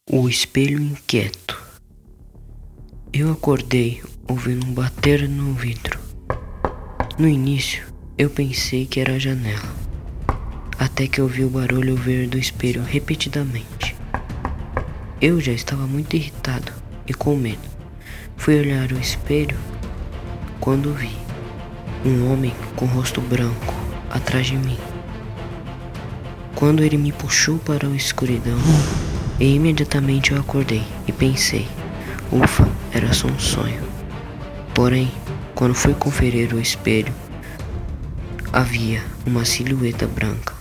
O espelho inquieto. Eu acordei ouvindo um bater no vidro. No início, eu pensei que era a janela, até que ouvi o barulho vir do espelho repetidamente. Eu já estava muito irritado e com medo. Fui olhar o espelho quando vi um homem com rosto branco atrás de mim. Quando ele me puxou para a escuridão, e imediatamente eu acordei e pensei, ufa, era só um sonho. Porém, quando fui conferir o espelho, havia uma silhueta branca